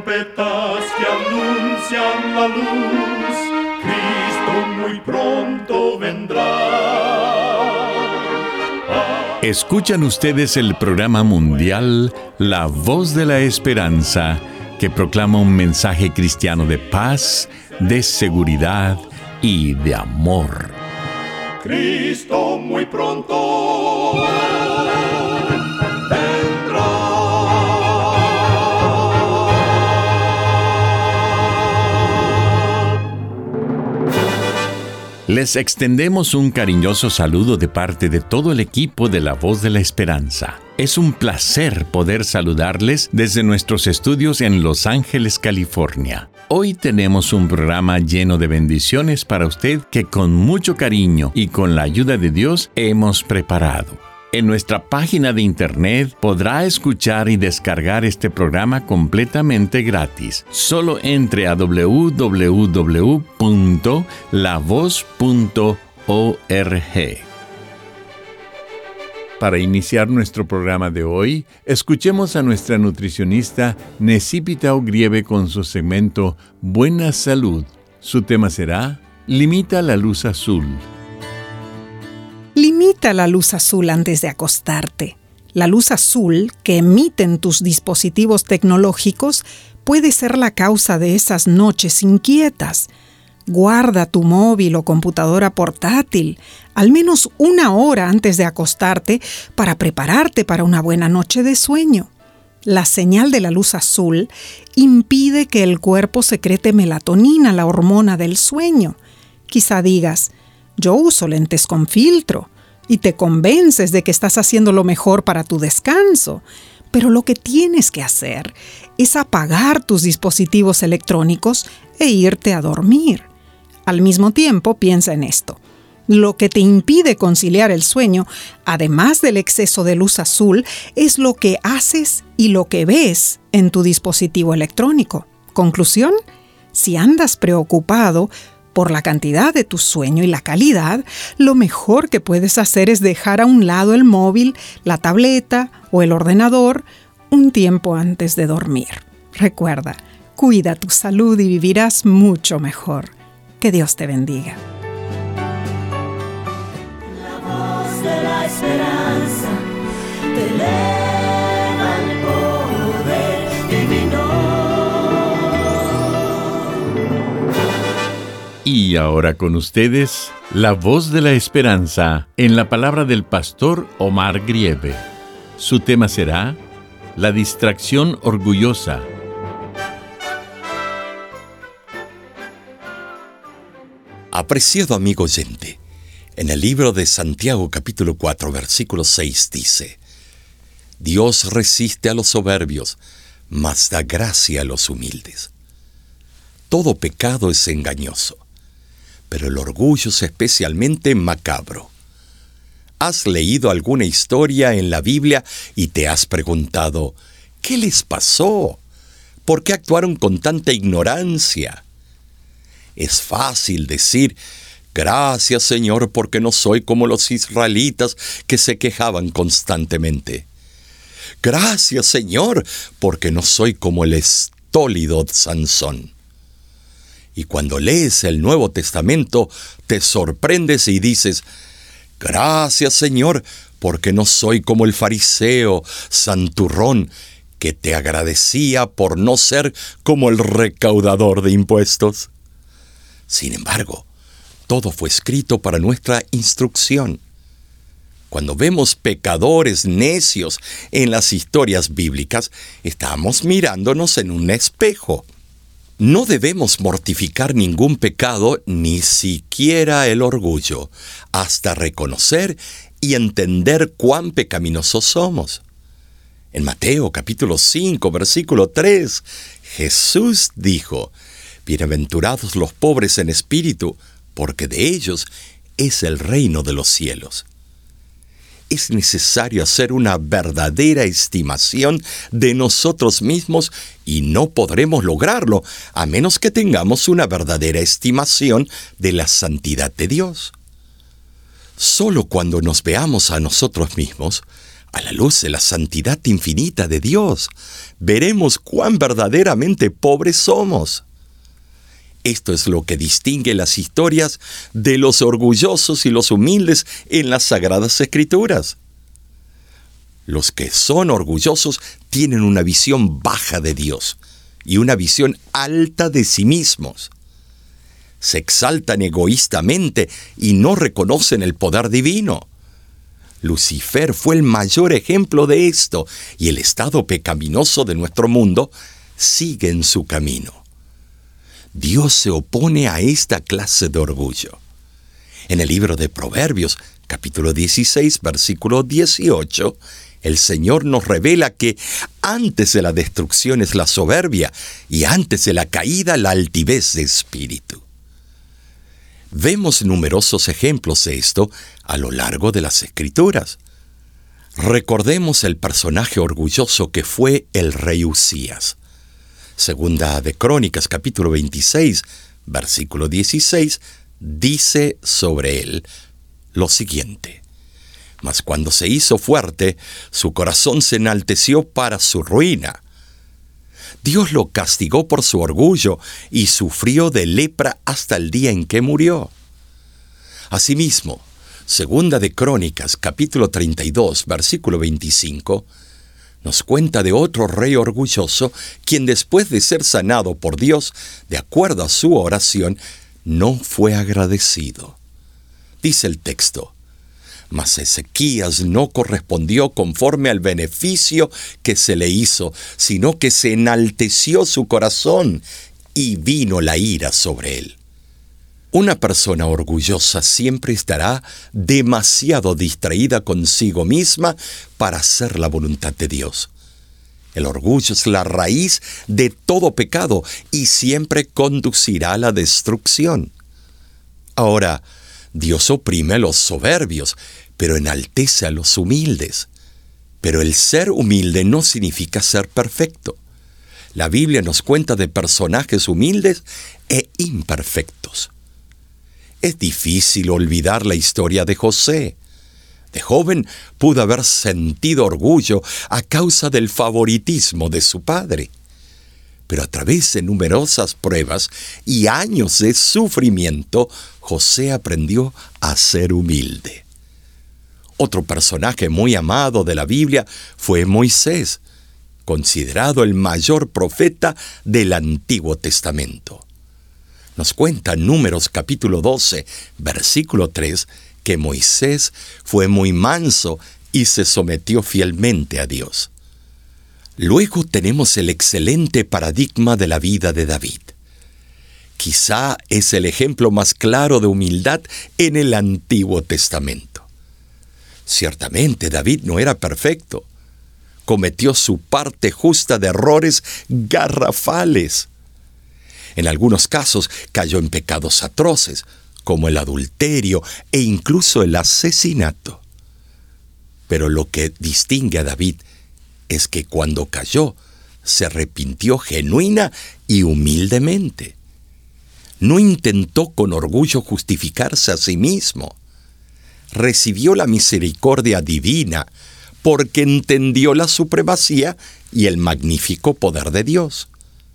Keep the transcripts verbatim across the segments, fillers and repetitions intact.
trompetas que anuncian la luz, Cristo muy pronto vendrá. Ah. Escuchan ustedes el programa mundial La Voz de la Esperanza, que proclama un mensaje cristiano de paz, de seguridad y de amor. Cristo muy pronto vendrá. Les extendemos un cariñoso saludo de parte de todo el equipo de La Voz de la Esperanza. Es un placer poder saludarles desde nuestros estudios en Los Ángeles, California. Hoy tenemos un programa lleno de bendiciones para usted que con mucho cariño y con la ayuda de Dios hemos preparado. En nuestra página de internet podrá escuchar y descargar este programa completamente gratis. Solo entre a doble u doble u doble u punto la voz punto org. Para iniciar nuestro programa de hoy, escuchemos a nuestra nutricionista Necipita Ogrieve con su segmento Buena Salud. Su tema será Limita la luz azul. Limita la luz azul antes de acostarte. La luz azul que emiten tus dispositivos tecnológicos puede ser la causa de esas noches inquietas. Guarda tu móvil o computadora portátil al menos una hora antes de acostarte para prepararte para una buena noche de sueño. La señal de la luz azul impide que el cuerpo secrete melatonina, la hormona del sueño. Quizá digas, yo uso lentes con filtro, y te convences de que estás haciendo lo mejor para tu descanso. Pero lo que tienes que hacer es apagar tus dispositivos electrónicos e irte a dormir. Al mismo tiempo, piensa en esto. Lo que te impide conciliar el sueño, además del exceso de luz azul, es lo que haces y lo que ves en tu dispositivo electrónico. Conclusión, si andas preocupado por la cantidad de tu sueño y la calidad, lo mejor que puedes hacer es dejar a un lado el móvil, la tableta o el ordenador un tiempo antes de dormir. Recuerda, cuida tu salud y vivirás mucho mejor. Que Dios te bendiga. La voz de la esperanza te eleva al poder divino. Y ahora con ustedes, La Voz de la Esperanza, en la palabra del pastor Omar Grieve. Su tema será La distracción orgullosa. Apreciado amigo oyente, en el libro de Santiago capítulo cuatro, versículo seis dice: Dios resiste a los soberbios, mas da gracia a los humildes. Todo pecado es engañoso, pero el orgullo es especialmente macabro. ¿Has leído alguna historia en la Biblia y te has preguntado, ¿qué les pasó? ¿Por qué actuaron con tanta ignorancia? Es fácil decir, gracias Señor porque no soy como los israelitas que se quejaban constantemente. Gracias Señor porque no soy como el estólido Sansón. Y cuando lees el Nuevo Testamento, te sorprendes y dices, gracias Señor porque no soy como el fariseo santurrón que te agradecía por no ser como el recaudador de impuestos. Sin embargo, todo fue escrito para nuestra instrucción. Cuando vemos pecadores necios en las historias bíblicas, estamos mirándonos en un espejo. No debemos mortificar ningún pecado, ni siquiera el orgullo, hasta reconocer y entender cuán pecaminosos somos. En Mateo capítulo cinco, versículo tres, Jesús dijo, bienaventurados los pobres en espíritu, porque de ellos es el reino de los cielos. Es necesario hacer una verdadera estimación de nosotros mismos y no podremos lograrlo a menos que tengamos una verdadera estimación de la santidad de Dios. Solo cuando nos veamos a nosotros mismos A la luz de la santidad infinita de Dios, veremos cuán verdaderamente pobres somos. Esto es lo que distingue las historias de los orgullosos y los humildes en las Sagradas Escrituras. Los que son orgullosos tienen una visión baja de Dios y una visión alta de sí mismos. Se exaltan egoístamente y no reconocen el poder divino. Lucifer fue el mayor ejemplo de esto, y el estado pecaminoso de nuestro mundo sigue en su camino. Dios se opone a esta clase de orgullo. En el libro de Proverbios, capítulo dieciséis, versículo dieciocho, el Señor nos revela que antes de la destrucción es la soberbia y antes de la caída la altivez de espíritu. Vemos numerosos ejemplos de esto a lo largo de las Escrituras. Recordemos el personaje orgulloso que fue el rey Usías. Segunda de Crónicas, capítulo veintiséis, versículo dieciséis, dice sobre él lo siguiente: Mas cuando se hizo fuerte, su corazón se enalteció para su ruina. Dios lo castigó por su orgullo y sufrió de lepra hasta el día en que murió. Asimismo, Segunda de Crónicas, capítulo treinta y dos, versículo veinticinco, nos cuenta de otro rey orgulloso, quien después de ser sanado por Dios, de acuerdo a su oración, no fue agradecido. Dice el texto: Mas Ezequías no correspondió conforme al beneficio que se le hizo, sino que se enalteció su corazón y vino la ira sobre él. Una persona orgullosa siempre estará demasiado distraída consigo misma para hacer la voluntad de Dios. El orgullo es la raíz de todo pecado y siempre conducirá a la destrucción. Ahora, Dios oprime a los soberbios, pero enaltece a los humildes. Pero el ser humilde no significa ser perfecto. La Biblia nos cuenta de personajes humildes e imperfectos. Es difícil olvidar la historia de José. De joven pudo haber sentido orgullo a causa del favoritismo de su padre. Pero a través de numerosas pruebas y años de sufrimiento, José aprendió a ser humilde. Otro personaje muy amado de la Biblia fue Moisés, considerado el mayor profeta del Antiguo Testamento. Nos cuenta Números capítulo doce, versículo tres, que Moisés fue muy manso y se sometió fielmente a Dios. Luego tenemos el excelente paradigma de la vida de David. Quizá es el ejemplo más claro de humildad en el Antiguo Testamento. Ciertamente David no era perfecto. Cometió su parte justa de errores garrafales. En algunos casos cayó en pecados atroces, como el adulterio e incluso el asesinato. Pero lo que distingue a David es que cuando cayó, se arrepintió genuina y humildemente. No intentó con orgullo justificarse a sí mismo. Recibió la misericordia divina porque entendió la supremacía y el magnífico poder de Dios.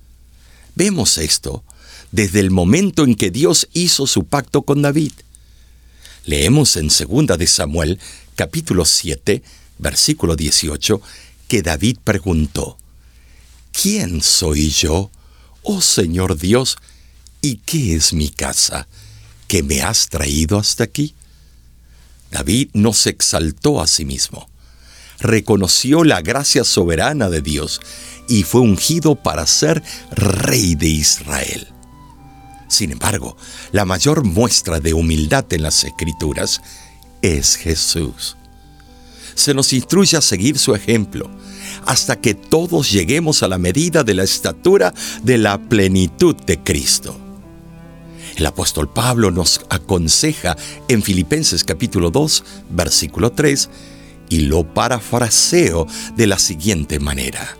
Vemos esto desde el momento en que Dios hizo su pacto con David. Leemos en Segunda de Samuel, capítulo siete, versículo dieciocho, que David preguntó: ¿Quién soy yo, oh Señor Dios, y qué es mi casa, que me has traído hasta aquí? David no se exaltó a sí mismo. Reconoció la gracia soberana de Dios y fue ungido para ser rey de Israel. Sin embargo, la mayor muestra de humildad en las Escrituras es Jesús. Se nos instruye a seguir su ejemplo, hasta que todos lleguemos a la medida de la estatura de la plenitud de Cristo. El apóstol Pablo nos aconseja en Filipenses capítulo dos, versículo tres, y lo parafraseo de la siguiente manera: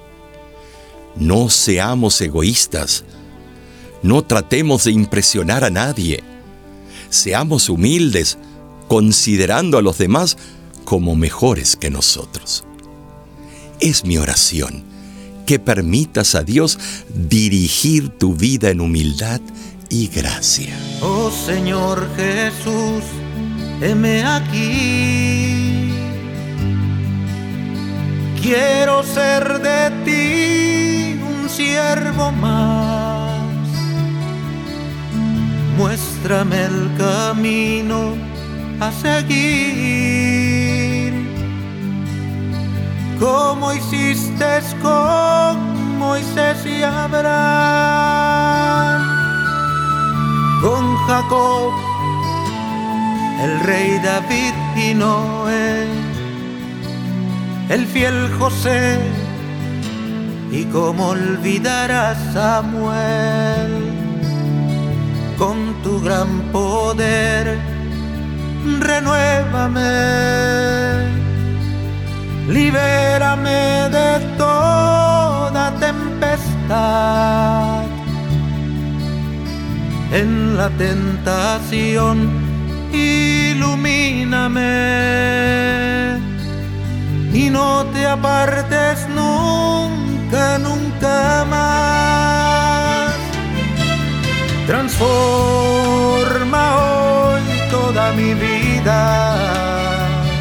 No seamos egoístas, no tratemos de impresionar a nadie, seamos humildes, considerando a los demás como mejores que nosotros. Es mi oración que permitas a Dios dirigir tu vida en humildad y gracia. Oh Señor Jesús, heme aquí. Quiero ser de ti un siervo más. Muéstrame el camino a seguir, como hiciste con Moisés y Abraham, con Jacob, el rey David y Noé, el fiel José, y cómo olvidar a Samuel. Con tu gran poder, renuévame, libérame de toda tempestad. En la tentación, ilumíname, y no te apartes nunca, nunca más. Transforma hoy toda mi vida.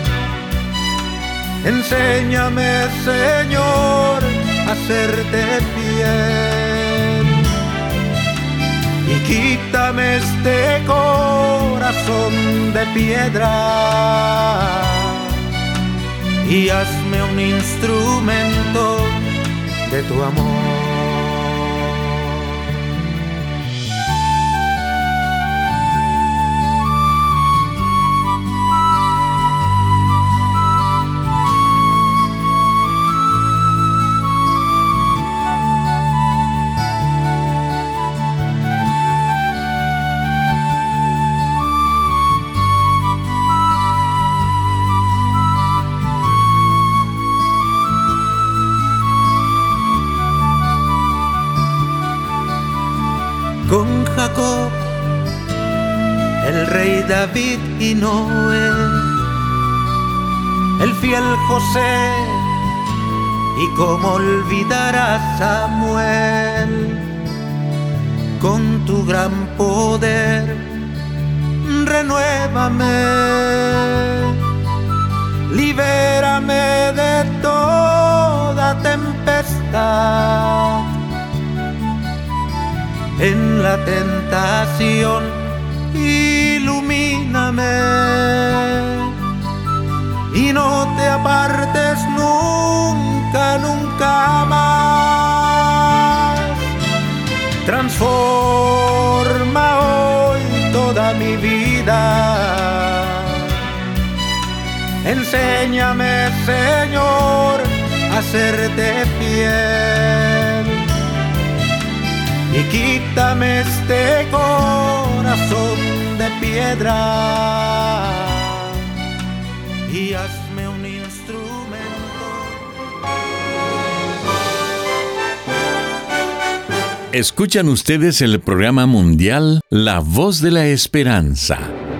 Enséñame, Señor, a serte fiel, y quítame este corazón de piedra, y hazme un instrumento de tu amor. Con Jacob, el rey David y Noé, el fiel José, y cómo olvidar a Samuel. Con tu gran poder, renuévame, libérame de toda tempestad. En la tentación, ilumíname, y no te apartes nunca, nunca más. Transforma hoy toda mi vida. Enséñame, Señor, a serte fiel, y quítame este corazón de piedra, y hazme un instrumento. Escuchan ustedes el programa mundial La Voz de la Esperanza.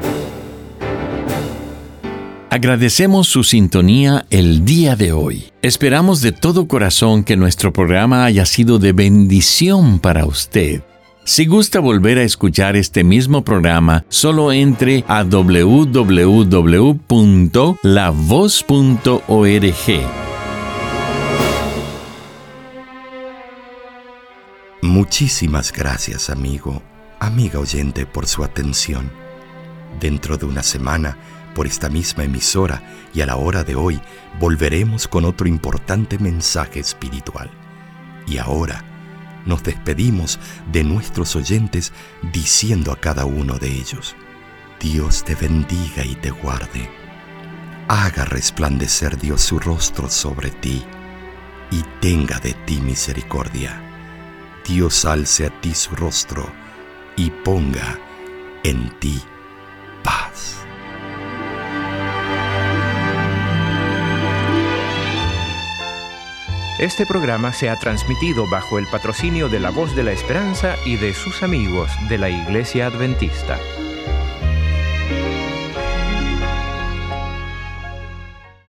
Agradecemos su sintonía el día de hoy. Esperamos de todo corazón que nuestro programa haya sido de bendición para usted. Si gusta volver a escuchar este mismo programa, solo entre a doble u doble u doble u punto la voz punto org. Muchísimas gracias, amigo, amiga oyente, por su atención. Dentro de una semana, por esta misma emisora y a la hora de hoy, volveremos con otro importante mensaje espiritual. Y ahora nos despedimos de nuestros oyentes diciendo a cada uno de ellos: Dios te bendiga y te guarde. Haga resplandecer Dios su rostro sobre ti y tenga de ti misericordia. Dios alce a ti su rostro y ponga en ti paz. Este programa se ha transmitido bajo el patrocinio de La Voz de la Esperanza y de sus amigos de la Iglesia Adventista.